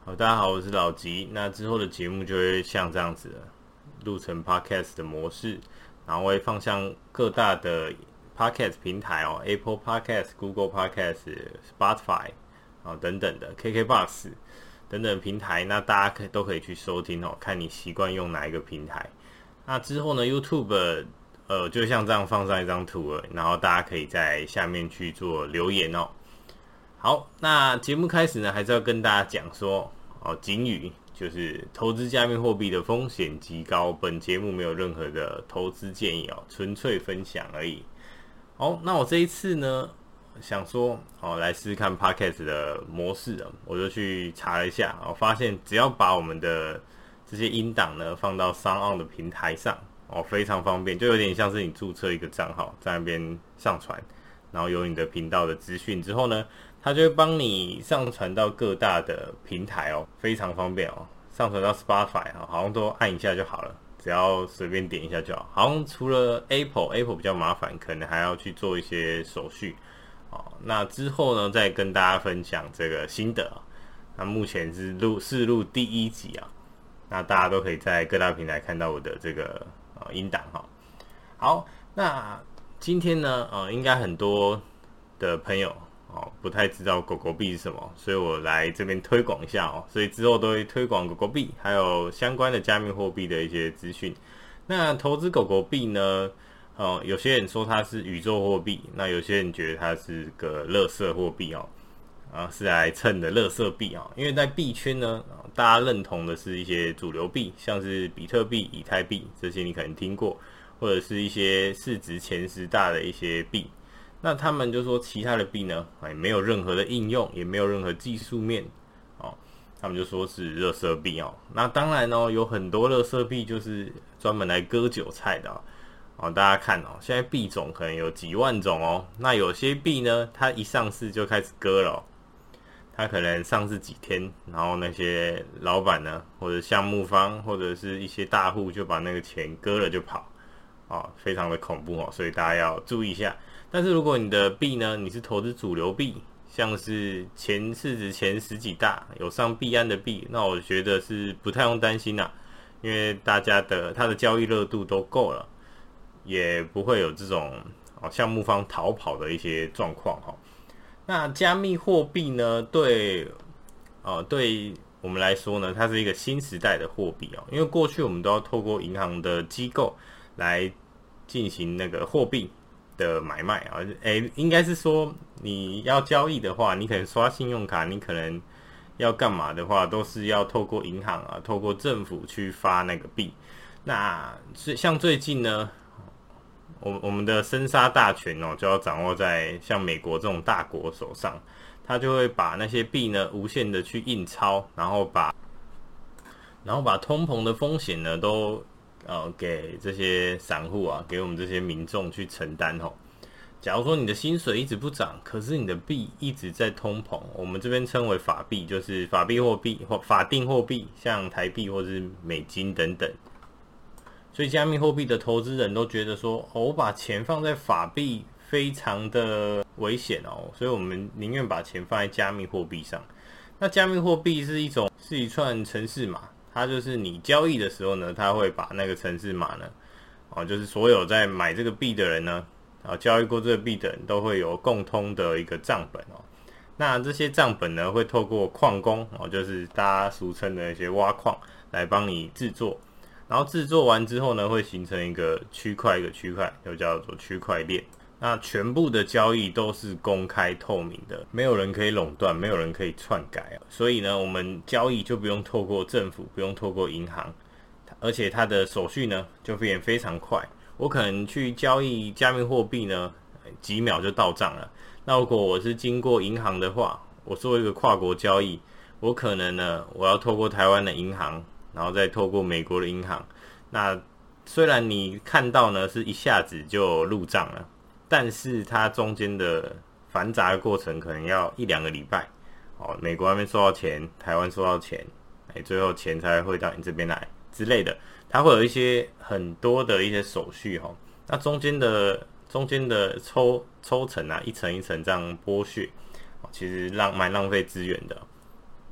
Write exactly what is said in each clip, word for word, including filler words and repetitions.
好，大家好，我是老吉。那之后的节目就会像这样子的，录成 podcast 的模式，然后会放向各大的 podcast 平台哦 ，Apple Podcast、Google Podcast、Spotify 啊等等的 K K Box 等等平台，那大家可都可以去收听哦，看你习惯用哪一个平台。那之后呢 ，YouTube 呃就像这样放上一张图了，然后大家可以在下面去做留言哦。好，那节目开始呢，还是要跟大家讲说哦，警语就是投资加密货币的风险极高，本节目没有任何的投资建议哦，纯粹分享而已。好，那我这一次呢，想说哦，来试试看 Podcast 的模式啊，我就去查了一下，哦，发现只要把我们的这些音档呢放到 SoundOn 的平台上，哦，非常方便，就有点像是你注册一个账号在那边上传，然后有你的频道的资讯之后呢，它就会帮你上传到各大的平台哦，非常方便哦。上传到 Spotify 哦，好像都按一下就好了，只要随便点一下就好。好像除了 Apple，Apple 比较麻烦，可能还要去做一些手续哦。那之后呢，再跟大家分享这个心得啊。那目前是录试录第一集啊，那大家都可以在各大平台看到我的这个呃音档哈。好，那今天呢，呃，应该很多的朋友。哦，不太知道狗狗币是什么，所以我来这边推广一下哦。所以之后都会推广狗狗币，还有相关的加密货币的一些资讯。那投资狗狗币呢，呃，有些人说它是宇宙货币，那有些人觉得它是个垃圾货币哦，啊，是来蹭的垃圾币哦。因为在币圈呢，大家认同的是一些主流币，像是比特币、以太币这些，你可能听过，或者是一些市值前十大的一些币。那他们就说其他的币呢，哎，没有任何的应用，也没有任何技术面，哦，他们就说是垃圾币哦。那当然哦，有很多垃圾币就是专门来割韭菜的哦。哦，大家看哦，现在币种可能有几万种哦。那有些币呢，它一上市就开始割了哦，它可能上市几天，然后那些老板呢，或者项目方，或者是一些大户就把那个钱割了就跑，哦，非常的恐怖哦，所以大家要注意一下。但是如果你的币呢，你是投资主流币，像是前市值前十几大有上币安的币，那我觉得是不太用担心啦，因为大家的它的交易热度都够了，也不会有这种哦项目方逃跑的一些状况哈。那加密货币呢，对呃对我们来说呢，它是一个新时代的货币哦，因为过去我们都要透过银行的机构来进行那个货币的买卖啊，诶，应该是说你要交易的话，你可能刷信用卡，你可能要干嘛的话，都是要透过银行啊，透过政府去发那个币。那像最近呢，我我们的生杀大权哦，就要掌握在像美国这种大国手上，他就会把那些币呢无限的去印钞，然后把然后把通膨的风险呢都。呃，给这些散户啊，给我们这些民众去承担吼。假如说你的薪水一直不涨，可是你的币一直在通膨，我们这边称为法币，就是法币货币或法定货币，像台币或是美金等等。所以加密货币的投资人都觉得说，哦，我把钱放在法币非常的危险哦，所以我们宁愿把钱放在加密货币上。那加密货币是一种是一串程式码。它就是你交易的时候呢，它会把那个程式码呢，哦，就是所有在买这个币的人呢，啊，交易过这个币的人都会有共通的一个账本哦。那这些账本呢，会透过矿工哦，就是大家俗称的一些挖矿来帮你制作，然后制作完之后呢，会形成一个区块一个区块，就叫做区块链。那全部的交易都是公开透明的，没有人可以垄断，没有人可以篡改，所以呢，我们交易就不用透过政府，不用透过银行，而且它的手续呢就变得非常快。我可能去交易加密货币呢，几秒就到账了。那如果我是经过银行的话，我做一个跨国交易，我可能呢，我要透过台湾的银行，然后再透过美国的银行。那虽然你看到呢是一下子就入账了。但是它中间的繁杂的过程可能要一两个礼拜，哦，美国那边收到钱，台湾收到钱，哎，最后钱才会到你这边来之类的，它会有一些很多的一些手续哈、哦，那中间的中间的抽抽成啊，一层一层这样剥削，其实浪蛮浪费资源的。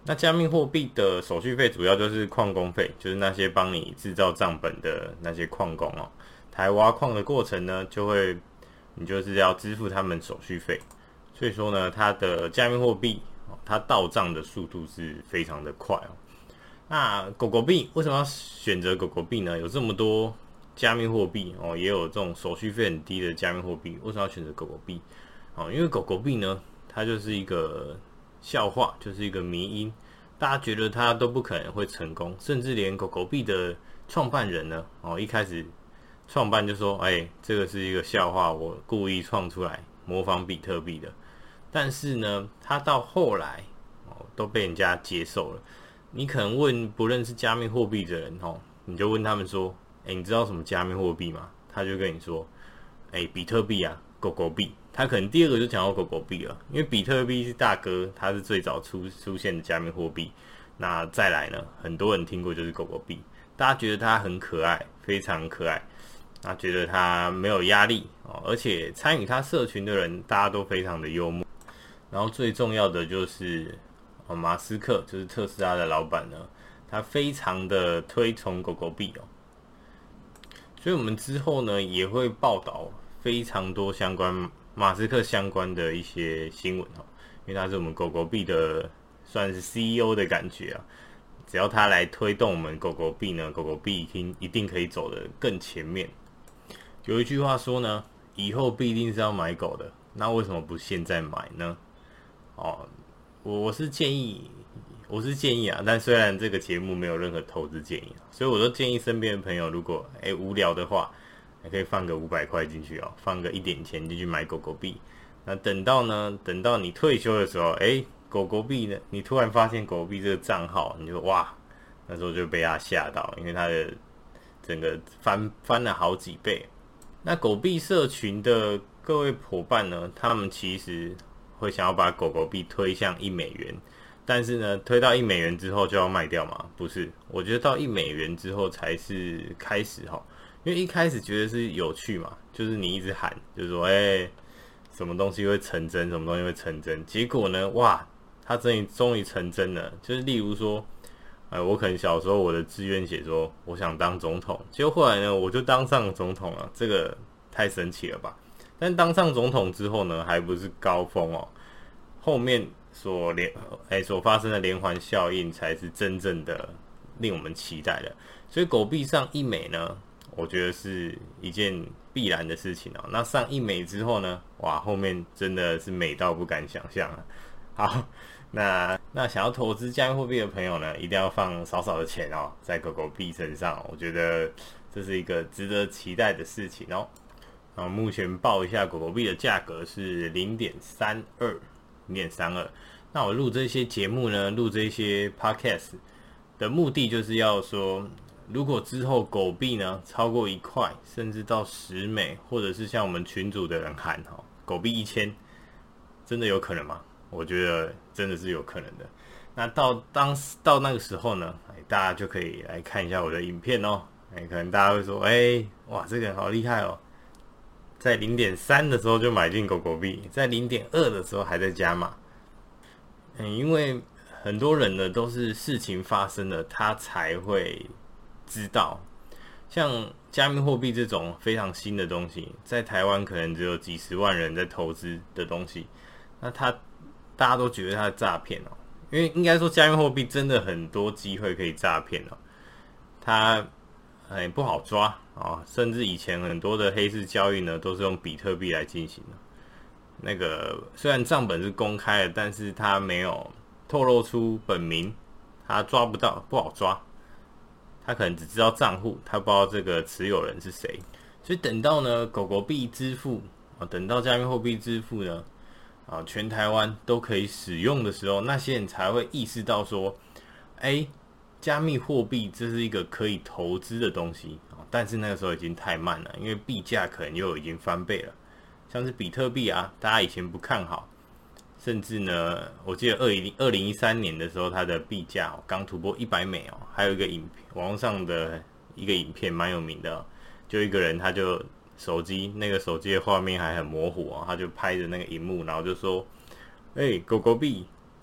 那加密货币的手续费主要就是矿工费，就是那些帮你制造账本的那些矿工哦。台挖矿的过程呢，就会你就是要支付他们手续费。所以说呢，它的加密货币它到账的速度是非常的快哦。那狗狗币为什么要选择狗狗币呢？有这么多加密货币哦，也有这种手续费很低的加密货币，为什么要选择狗狗币？哦，因为狗狗币呢，它就是一个笑话，就是一个迷因，大家觉得它都不可能会成功，甚至连狗狗币的创办人呢，哦，一开始创办就说，哎，这个是一个笑话，我故意创出来，模仿比特币的。但是呢，他到后来哦都被人家接受了。你可能问不认识加密货币的人哦，你就问他们说，哎，你知道什么加密货币吗？他就跟你说，哎，比特币啊，狗狗币。他可能第二个就讲到狗狗币了，因为比特币是大哥，它是最早出出现的加密货币。那再来呢，很多人听过就是狗狗币，大家觉得它很可爱，非常可爱。那觉得它没有压力哦，而且参与它社群的人，大家都非常的幽默。然后最重要的就是哦，马斯克就是特斯拉的老板呢，他非常的推崇狗狗币哦，所以我们之后呢也会报道非常多相关马斯克相关的一些新闻哦，因为他是我们狗狗币的算是 C E O 的感觉啊，只要他来推动我们狗狗币呢，狗狗币一定一定可以走得更前面。有一句话说呢，以后必定是要买狗的，那为什么不现在买呢？哦，我我是建议，我是建议啊，但虽然这个节目没有任何投资建议，所以我都建议身边的朋友，如果哎无聊的话，还可以放个五百块进去哦，放个一点钱进去买狗狗币。那等到呢，等到你退休的时候，哎，狗狗币呢，你突然发现狗狗币这个账号，你就哇，那时候就被他吓到，因为他的整个翻翻了好几倍。那狗币社群的各位伙伴呢，他们其实会想要把狗狗币推向一美元，但是呢，推到一美元之后就要卖掉吗？不是，我觉得到一美元之后才是开始哈，因为一开始觉得是有趣嘛，就是你一直喊，就是说，哎、欸，什么东西会成真，什么东西会成真，结果呢，哇，它终于终于成真了，就是例如说，呃，我可能小时候我的志愿写说我想当总统，结果后来呢，我就当上总统了，这个太神奇了吧？但当上总统之后呢，还不是高峰哦，后面所连哎所发生的连环效应才是真正的令我们期待的。所以狗币上一美呢，我觉得是一件必然的事情哦。那上一美之后呢，哇，后面真的是美到不敢想象了。好，那那想要投资加密货币的朋友呢，一定要放少少的钱哦，在狗狗币身上，我觉得这是一个值得期待的事情哦。然后目前报一下狗狗币的价格是 零点三二 零点三二。那我录这些节目呢，录这些 podcast 的目的就是要说，如果之后狗币呢超过一块，甚至到十美，或者是像我们群组的人喊哈，狗币一千，真的有可能吗？我觉得真的是有可能的。那到当到那个时候呢，大家就可以来看一下我的影片哦。哎，可能大家会说，哎，哇，这个人好厉害哦。在 零点三 的时候就买进狗狗币，在 零点二 的时候还在加码。嗯，因为很多人呢都是事情发生了，他才会知道。像加密货币这种非常新的东西，在台湾可能只有几十万人在投资的东西，那他大家都觉得它是诈骗哦。因为应该说加密货币真的很多机会可以诈骗哦，它很不好抓啊、哦，甚至以前很多的黑市交易呢，都是用比特币来进行的。那个虽然账本是公开的，但是它没有透露出本名，它抓不到，不好抓。他可能只知道账户，他不知道这个持有人是谁。所以等到呢狗狗币支付啊，等到加密货币支付呢啊，全台湾都可以使用的时候，那些人才会意识到说，哎。加密货币这是一个可以投资的东西，但是那个时候已经太慢了，因为币价可能又已经翻倍了。像是比特币啊，大家以前不看好，甚至呢，我记得二零一三年的时候，它的币价刚突破一百美哦。还有一个影片，网络上的一个影片蛮有名的、哦，就一个人他就手机那个手机的画面还很模糊哦，他就拍着那个荧幕，然后就说：“哎、欸，狗狗币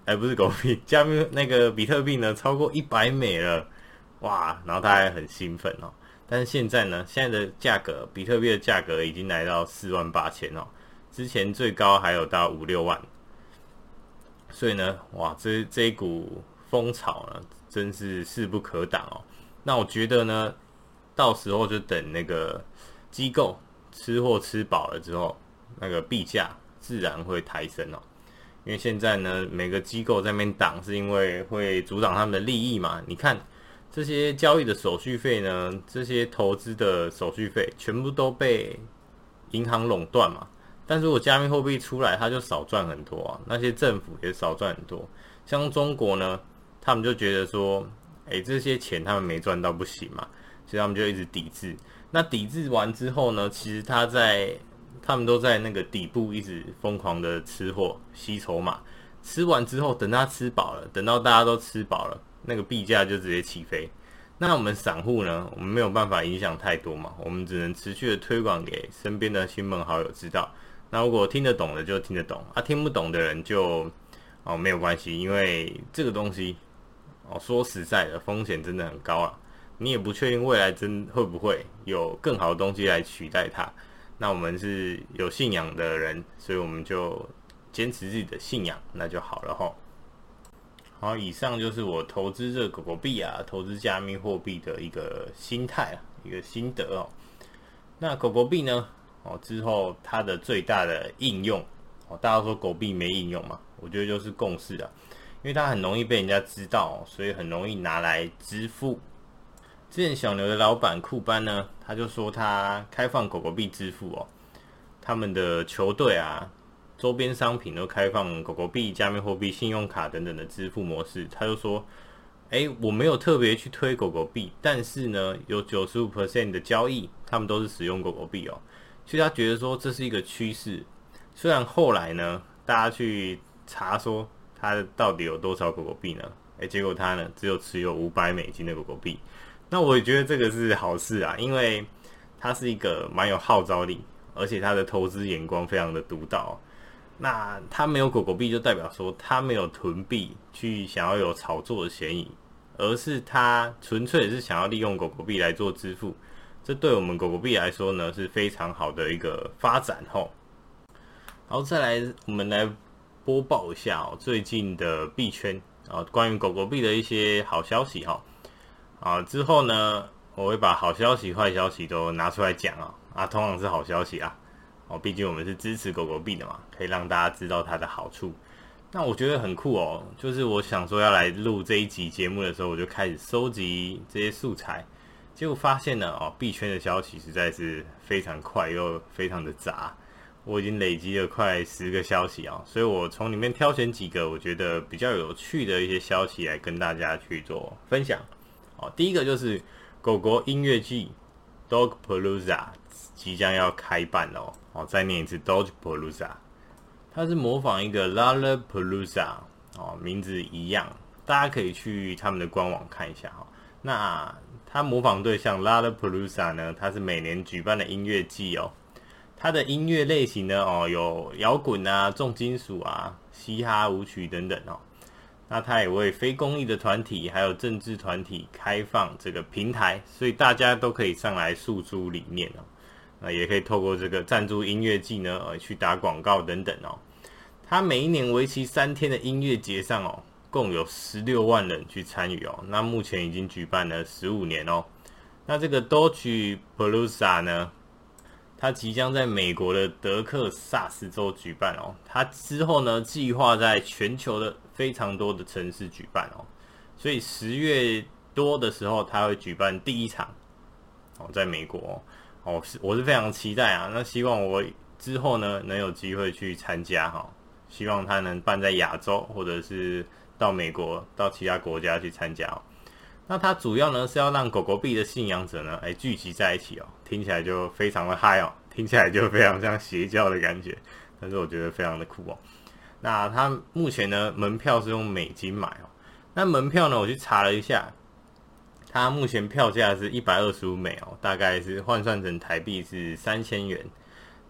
哎，不是狗币，加密那个比特币呢超过一百美了，哇！然后他还很兴奋哦。但是现在呢，现在的价格，比特币的价格已经来到四万八千哦，之前最高还有到五六万。所以呢，哇，这这一股风潮呢，真是势不可挡哦。那我觉得呢，到时候就等那个机构吃货吃饱了之后，那个币价自然会抬升哦。因为现在呢，每个机构在那边挡，是因为会阻挡他们的利益嘛。你看这些交易的手续费呢，这些投资的手续费，全部都被银行垄断嘛。但是如果加密货币出来，它就少赚很多啊，那些政府也少赚很多。像中国呢，他们就觉得说，哎、欸，这些钱他们没赚到不行嘛，所以他们就一直抵制。那抵制完之后呢，其实他在他们都在那个底部一直疯狂的吃货吸筹码，吃完之后，等他吃饱了，等到大家都吃饱了，那个币价就直接起飞。那我们散户呢，我们没有办法影响太多嘛，我们只能持续的推广给身边的亲朋好友知道。那如果听得懂的就听得懂啊，听不懂的人就哦没有关系，因为这个东西哦说实在的风险真的很高啊，你也不确定未来真会不会有更好的东西来取代它。那我们是有信仰的人，所以我们就坚持自己的信仰，那就好了齁。好，以上就是我投资这个狗狗币啊，投资加密货币的一个心态啊，一个心得哦。那狗狗币呢？哦，之后它的最大的应用，哦，大家说狗币没应用嘛，我觉得就是共识啊，因为它很容易被人家知道，所以很容易拿来支付。之前小牛的老板库班呢，他就说他开放狗狗币支付哦，他们的球队啊，周边商品都开放狗狗币、加密货币、信用卡等等的支付模式。他就说，哎，我没有特别去推狗狗币，但是呢，有 百分之九十五 的交易，他们都是使用狗狗币哦。所以他觉得说这是一个趋势，虽然后来呢，大家去查说他到底有多少狗狗币呢？哎，结果他呢只有持有五百美金的狗狗币。那我也觉得这个是好事啊，因为他是一个蛮有号召力，而且他的投资眼光非常的独到。那他没有狗狗币，就代表说他没有囤币去想要有炒作的嫌疑，而是他纯粹是想要利用狗狗币来做支付。这对我们狗狗币来说呢是非常好的一个发展吼。然后再来，我们来播报一下哦，最近的币圈啊，关于狗狗币的一些好消息哈。啊，之后呢，我会把好消息、坏消息都拿出来讲啊。啊，通常是好消息啊。哦，毕竟我们是支持狗狗币的嘛，可以让大家知道它的好处。那我觉得很酷哦，就是我想说要来录这一集节目的时候，我就开始收集这些素材。结果发现呢，哦，币圈的消息实在是非常快又非常的杂，我已经累积了快十个消息啊，所以我从里面挑选几个我觉得比较有趣的一些消息来跟大家去做分享。哦，第一个就是狗狗音乐季 Dogpalooza 即将要开办哦，哦，再念一次 Dogpalooza， 它是模仿一个 Lollapalooza 哦，名字一样，大家可以去他们的官网看一下哈。那它模仿对象 Lollapalooza 呢，它是每年举办的音乐季哦。它的音乐类型呢，哦，有摇滚啊、重金属啊、嘻哈舞曲等等哦。那它也为非公益的团体还有政治团体开放这个平台，所以大家都可以上来诉诸理念哦。那也可以透过这个赞助音乐季呢，呃，去打广告等等哦。它每一年为期三天的音乐节上哦，共有十六万人去参与哦。那目前已经举办了十五年哦。那这个 Dogpalooza 呢，它即将在美国的德克萨斯州举办哦。它之后呢，计划在全球的非常多的城市举办哦。所以十月多的时候，它会举办第一场哦，在美国哦，哦是我是非常期待啊。那希望我之后呢，能有机会去参加哈。希望它能办在亚洲，或者是到美国、到其他国家去参加哦。那它主要呢是要让狗狗币的信仰者呢，哎聚集在一起哦，听起来就非常的嗨哦，听起来就非常像邪教的感觉，但是我觉得非常的酷哦。那它目前呢，门票是用美金买哦。那门票呢，我去查了一下，它目前票价是一百二十五美哦，大概是换算成台币是三千元。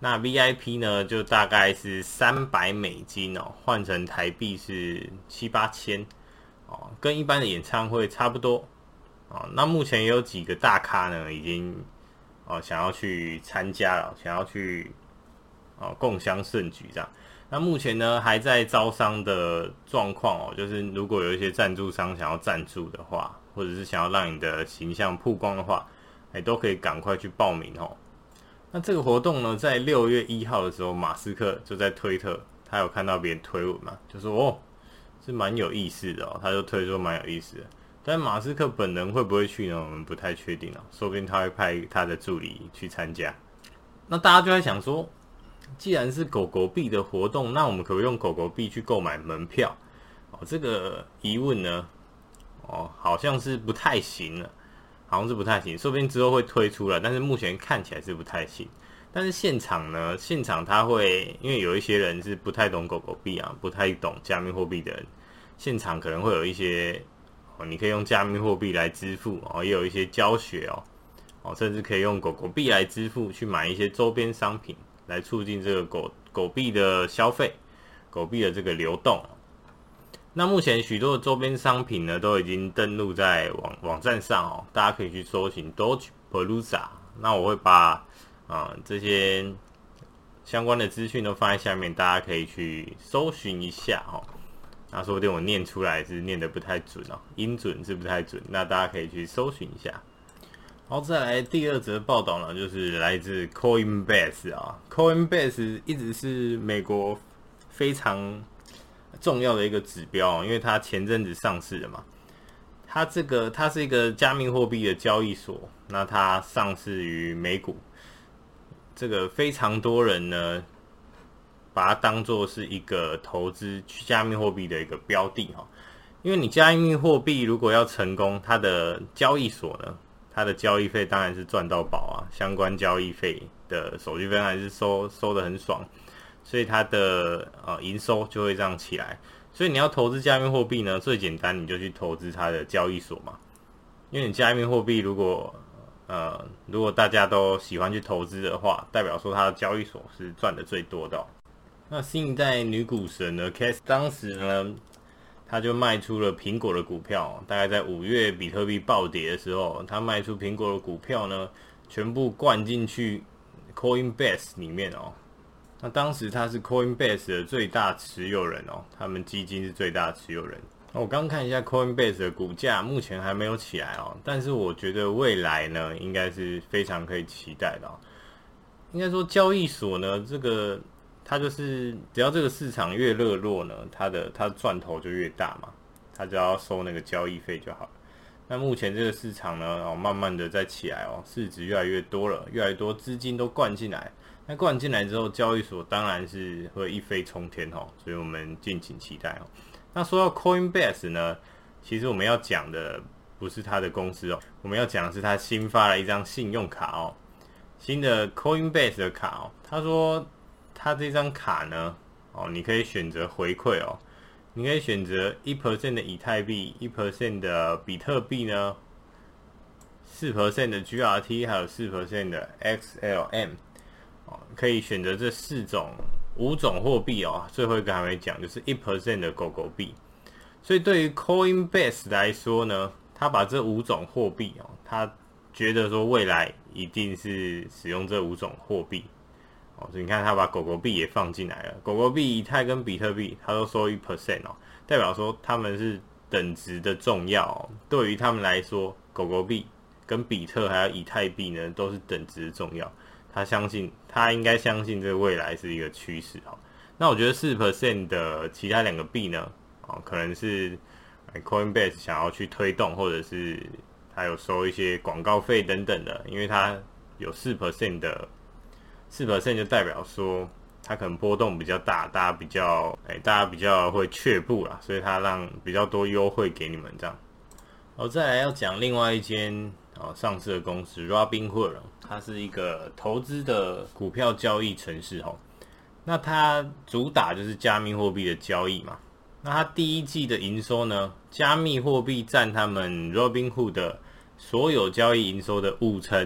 那 V I P 呢，就大概是三百美金哦，换成台币是七八千哦，跟一般的演唱会差不多哦。那目前也有几个大咖呢，已经哦想要去参加了，想要去哦共襄盛举这样。那目前呢还在招商的状况哦，就是如果有一些赞助商想要赞助的话，或者是想要让你的形象曝光的话，哎，都可以赶快去报名哦。那这个活动呢，在六月一号的时候，马斯克就在推特，他有看到别人推文嘛，就说哦，是蛮有意思的哦，他就推说蛮有意思的。但马斯克本人会不会去呢？我们不太确定哦，说不定他会派他的助理去参加。那大家就在想说，既然是狗狗币的活动，那我们可不可以用狗狗币去购买门票？哦，这个疑问呢，哦，好像是不太行了。好像是不太行，说不定之后会推出了，但是目前看起来是不太行。但是现场呢，现场他会因为有一些人是不太懂狗狗币啊，不太懂加密货币的人，现场可能会有一些哦，你可以用加密货币来支付哦，也有一些教学哦，哦，甚至可以用狗狗币来支付，去买一些周边商品，来促进这个狗狗币的消费，狗币的这个流动。那目前许多的周边商品呢，都已经登录在网网站上哦，大家可以去搜寻 Doge Palooza。那我会把啊、呃、这些相关的资讯都放在下面，大家可以去搜寻一下哦。那说不定我念出来是念得不太准哦，音准是不太准，那大家可以去搜寻一下。好，再来第二则报道呢，就是来自 Coinbase 啊 ，Coinbase 一直是美国非常重要的一个指标，因为它前阵子上市了嘛。它这个它是一个加密货币的交易所，那它上市于美股，这个非常多人呢把它当作是一个投资加密货币的一个标的哈。因为你加密货币如果要成功，它的交易所呢，它的交易费当然是赚到饱啊，相关交易费的手续费还是收收得很爽。所以它的呃营收就会这样起来。所以你要投资加密货币呢，最简单你就去投资它的交易所嘛。因为你加密货币如果呃如果大家都喜欢去投资的话，代表说它的交易所是赚的最多的哦。那新一代女股神呢 ，Cass 当时呢，她就卖出了苹果的股票，大概在五月比特币暴跌的时候，她卖出苹果的股票呢，全部灌进去 Coinbase 里面哦。那当时他是 Coinbase 的最大持有人哦，他们基金是最大持有人。我刚看一下 Coinbase 的股价，目前还没有起来哦，但是我觉得未来呢，应该是非常可以期待的哦。应该说交易所呢，这个它就是只要这个市场越热络呢，它的它的赚头就越大嘛，它只要收那个交易费就好了。那目前这个市场呢，哦，慢慢的在起来哦，市值越来越多了，越来越多资金都灌进来。那灌进来之后，交易所当然是会一飞冲天哦，所以我们敬请期待哦。那说到 Coinbase 呢，其实我们要讲的不是它的公司哦，我们要讲的是它新发了一张信用卡哦，新的 Coinbase 的卡哦。他说他这张卡呢，哦，你可以选择回馈哦，你可以选择 百分之一 的以太币， 百分之一 的比特币呢， 百分之四 的 G R T， 还有 百分之四 的 X L M。可以选择这四种、五种货币哦。最后一个还没讲，就是百分之一 的狗狗币。所以对于 Coinbase 来说呢，他把这五种货币哦，他觉得说未来一定是使用这五种货币哦。所以你看，他把狗狗币也放进来了，狗狗币、以太跟比特币，他都收百分之一哦，代表说他们是等值的重要哦。对于他们来说，狗狗币跟比特还有以太币呢，都是等值的重要。他相信，他应该相信这个未来是一个趋势哦。那我觉得 百分之四 的其他两个币呢，哦，可能是 Coinbase 想要去推动，或者是他有收一些广告费等等的，因为他有 百分之四 的 百分之四 就代表说它可能波动比较大，大家比较哎、欸，大家比较会却步啦，所以他让比较多优惠给你们这样。好，再来要讲另外一间哦上市的公司 Robinhood， 它是一个投资的股票交易程式哦。那它主打就是加密货币的交易嘛。那它第一季的营收呢，加密货币占他们 Robinhood 的所有交易营收的五成。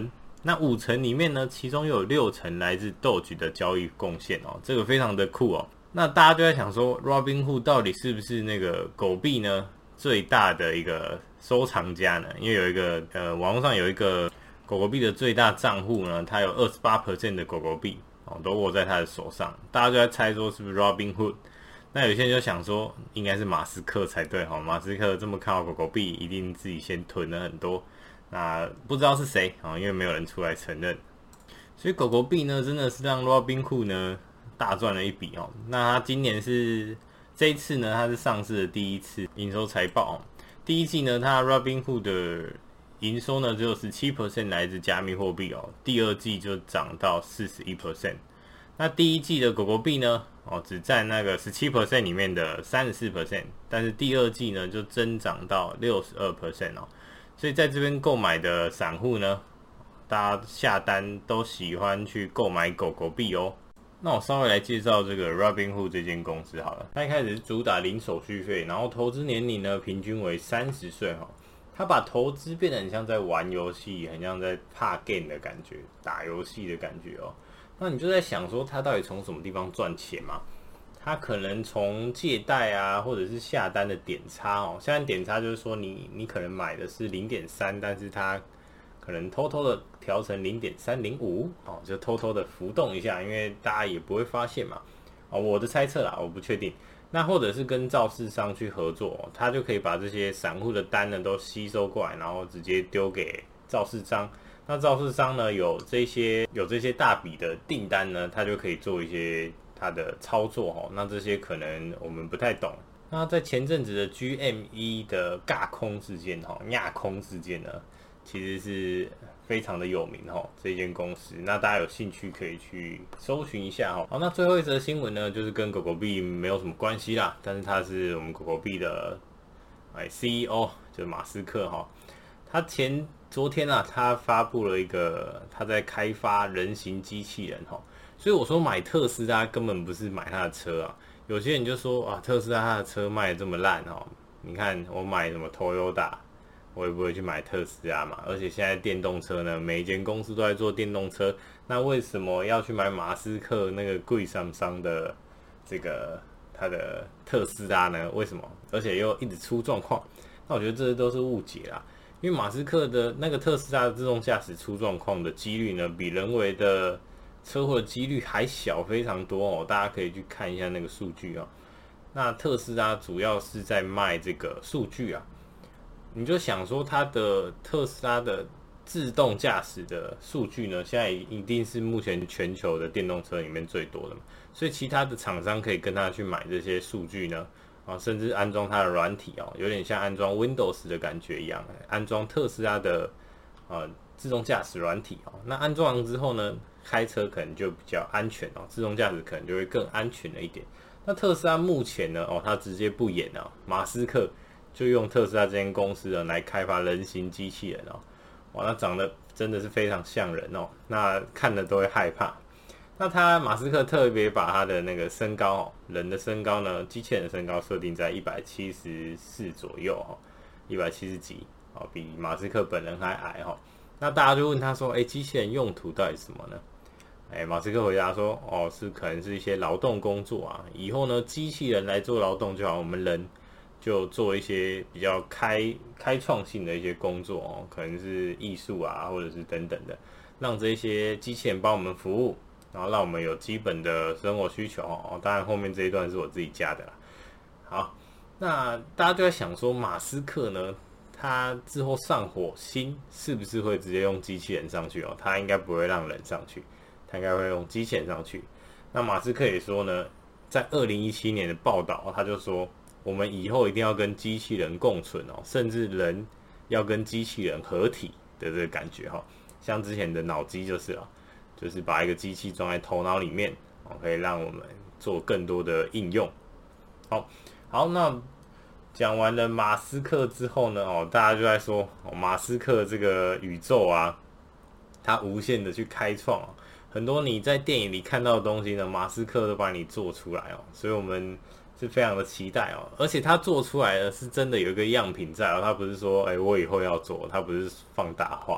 那五成里面呢，其中又有六成来自 Doge 的交易贡献哦，这个非常的酷哦。那大家就在想说 ，Robinhood 到底是不是那个狗币呢最大的一个收藏家呢？因为有一个呃，网络上有一个狗狗币的最大账户呢，它有 百分之二十八 的狗狗币哦，都握在他的手上。大家就在猜说是不是 Robinhood？ 那有些人就想说，应该是马斯克才对哈、哦，马斯克这么看好狗狗币，一定自己先囤了很多。那不知道是谁啊、哦，因为没有人出来承认。所以狗狗币呢，真的是让 Robinhood 呢大赚了一笔哦。那他今年是这一次呢，它是上市的第一次营收财报哦。第一季呢，它 Robinhood 的营收呢只有 百分之十七 来自加密货币哦，第二季就涨到 百分之四十一。那第一季的狗狗币呢，哦只占那个 百分之十七 里面的 百分之三十四， 但是第二季呢就增长到 百分之六十二 哦。所以在这边购买的散户呢，大家下单都喜欢去购买狗狗币哦。那我稍微来介绍这个 Robinhood 这间公司好了。它一开始是主打零手续费，然后投资年龄呢平均为三十岁哈。它把投资变得很像在玩游戏，很像在怕 game 的感觉，打游戏的感觉哦。那你就在想说，它到底从什么地方赚钱嘛？它可能从借贷啊，或者是下单的点差哦。下单点差就是说你，你你可能买的是 零点三， 但是它可能偷偷的调成 零点三零五 哦，就偷偷的浮动一下，因为大家也不会发现嘛。哦，我的猜测啦，我不确定。那或者是跟造市商去合作、哦，他就可以把这些散户的单呢都吸收过来，然后直接丢给造市商。那造市商呢有这些有这些大笔的订单呢，他就可以做一些他的操作哦。那这些可能我们不太懂。那在前阵子的 G M E 的尬空事件哈，亚空事件呢，其实是非常的有名哈，这间公司。那大家有兴趣可以去搜寻一下哈。好，那最后一则新闻呢，就是跟狗狗币没有什么关系啦，但是他是我们狗狗币的哎 C E O， 就是马斯克哈。他前昨天啊，他发布了一个他在开发人形机器人哈。所以我说买特斯拉根本不是买他的车啊。有些人就说啊，特斯拉他的车卖得这么烂哦，你看我买什么 Toyota， 我也不会去买特斯拉嘛。而且现在电动车呢，每一间公司都在做电动车，那为什么要去买马斯克那个贵桑桑的这个他的特斯拉呢？为什么？而且又一直出状况？那我觉得这都是误解啦。因为马斯克的那个特斯拉的自动驾驶出状况的几率呢，比人为的车祸的几率还小非常多哦，大家可以去看一下那个数据哦。那特斯拉主要是在卖这个数据啊，你就想说它的特斯拉的自动驾驶的数据呢，现在一定是目前全球的电动车里面最多的嘛，所以其他的厂商可以跟他去买这些数据呢，啊，甚至安装它的软体哦，有点像安装 Windows 的感觉一样，安装特斯拉的呃自动驾驶软体哦。那安装完之后呢，开车可能就比较安全哦，自动驾驶可能就会更安全了一点。那特斯拉目前呢，哦，它直接不演啊，马斯克就用特斯拉这间公司呢来开发人形机器人哦，哇，那长得真的是非常像人哦，那看了都会害怕。那他马斯克特别把他的那个身高哦，人的身高呢，机器人的身高设定在一百七十四左右哦，一百七十几哦，比马斯克本人还矮哦。那大家就问他说，哎，机器人用途到底是什么呢？哎，马斯克回答说，哦，是可能是一些劳动工作啊，以后呢，机器人来做劳动就好，我们人就做一些比较开开创性的一些工作哦，可能是艺术啊，或者是等等的，让这些机器人帮我们服务，然后让我们有基本的生活需求哦。当然，后面这一段是我自己加的啦。好，那大家就在想说，马斯克呢？他之后上火星是不是会直接用机器人上去哦？他应该不会让人上去，他应该会用机器人上去。那马斯克也说呢，在二零一七年的报道，他就说我们以后一定要跟机器人共存哦，甚至人要跟机器人合体的这个感觉哈。像之前的脑机就是了，就是把一个机器装在头脑里面哦，可以让我们做更多的应用。好，好，那讲完了马斯克之后呢，哦，大家就在说，哦，马斯克这个宇宙啊，他无限的去开创，哦，很多你在电影里看到的东西呢，马斯克都把你做出来哦，所以我们是非常的期待哦，而且他做出来的是真的有一个样品在哦，他不是说，哎，我以后要做，他不是放大化，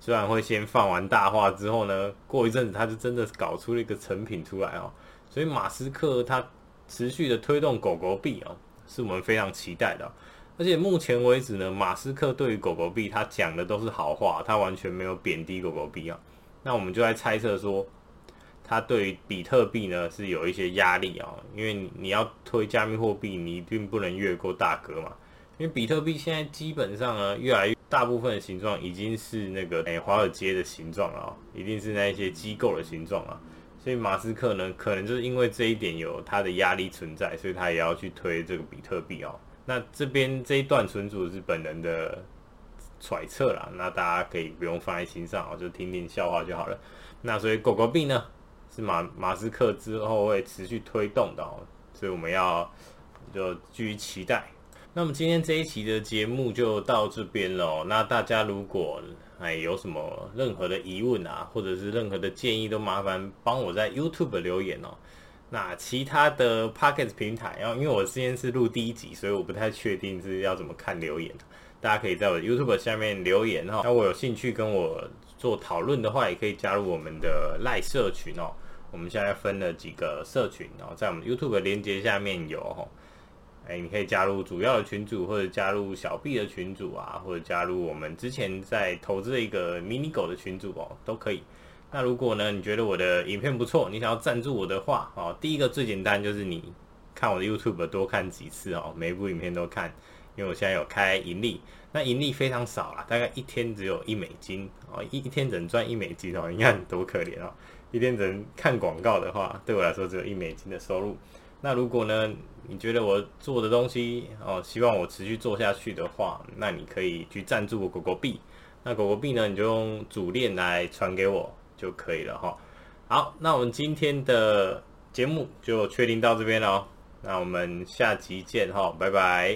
虽然会先放完大话之后呢，过一阵子他就真的搞出了一个成品出来哦。所以马斯克他持续的推动狗狗币哦，是我们非常期待的哦。而且目前为止呢，马斯克对于狗狗币他讲的都是好话，他完全没有贬低狗狗币啊。那我们就在猜测说，他对于比特币呢是有一些压力啊，因为你要推加密货币，你一定不能越过大哥嘛。因为比特币现在基本上呢，越来越大部分的形状已经是那个诶华尔街的形状了哦，一定是那一些机构的形状啊。所以马斯克呢，可能就是因为这一点有他的压力存在，所以他也要去推这个比特币哦。那这边这一段纯属是本人的揣测啦，那大家可以不用放在心上哦，就听听笑话就好了。那所以狗狗币呢，是马马斯克之后会持续推动的哦，所以我们要就继续期待。那么今天这一期的节目就到这边了哦。那大家如果哎有什么任何的疑问啊，或者是任何的建议，都麻烦帮我在 YouTube 留言哦。那其他的 Podcast 平台，然后因为我之前是录第一集，所以我不太确定是要怎么看留言。大家可以在我的 YouTube 下面留言哈。那我有兴趣跟我做讨论的话，也可以加入我们的 LINE 社群哦。我们现在分了几个社群哦，在我们 YouTube 的连结下面有哦。哎，你可以加入主要的群组，或者加入小币的群组啊，或者加入我们之前在投资的一个迷你狗的群组哦，都可以。那如果呢，你觉得我的影片不错，你想要赞助我的话哦，第一个最简单就是你看我的 YouTube 多看几次哦，每一部影片都看，因为我现在有开盈利，那盈利非常少啦，大概一天只有一美金哦，一一天只能赚一美金哦，你看多可怜哦，一天只能看广告的话，对我来说只有一美金的收入。那如果呢，你觉得我做的东西哦，希望我持续做下去的话，那你可以去赞助我狗狗币。那狗狗币呢，你就用主链来传给我就可以了哈。好，那我们今天的节目就确定到这边了哦。那我们下集见哈，拜拜。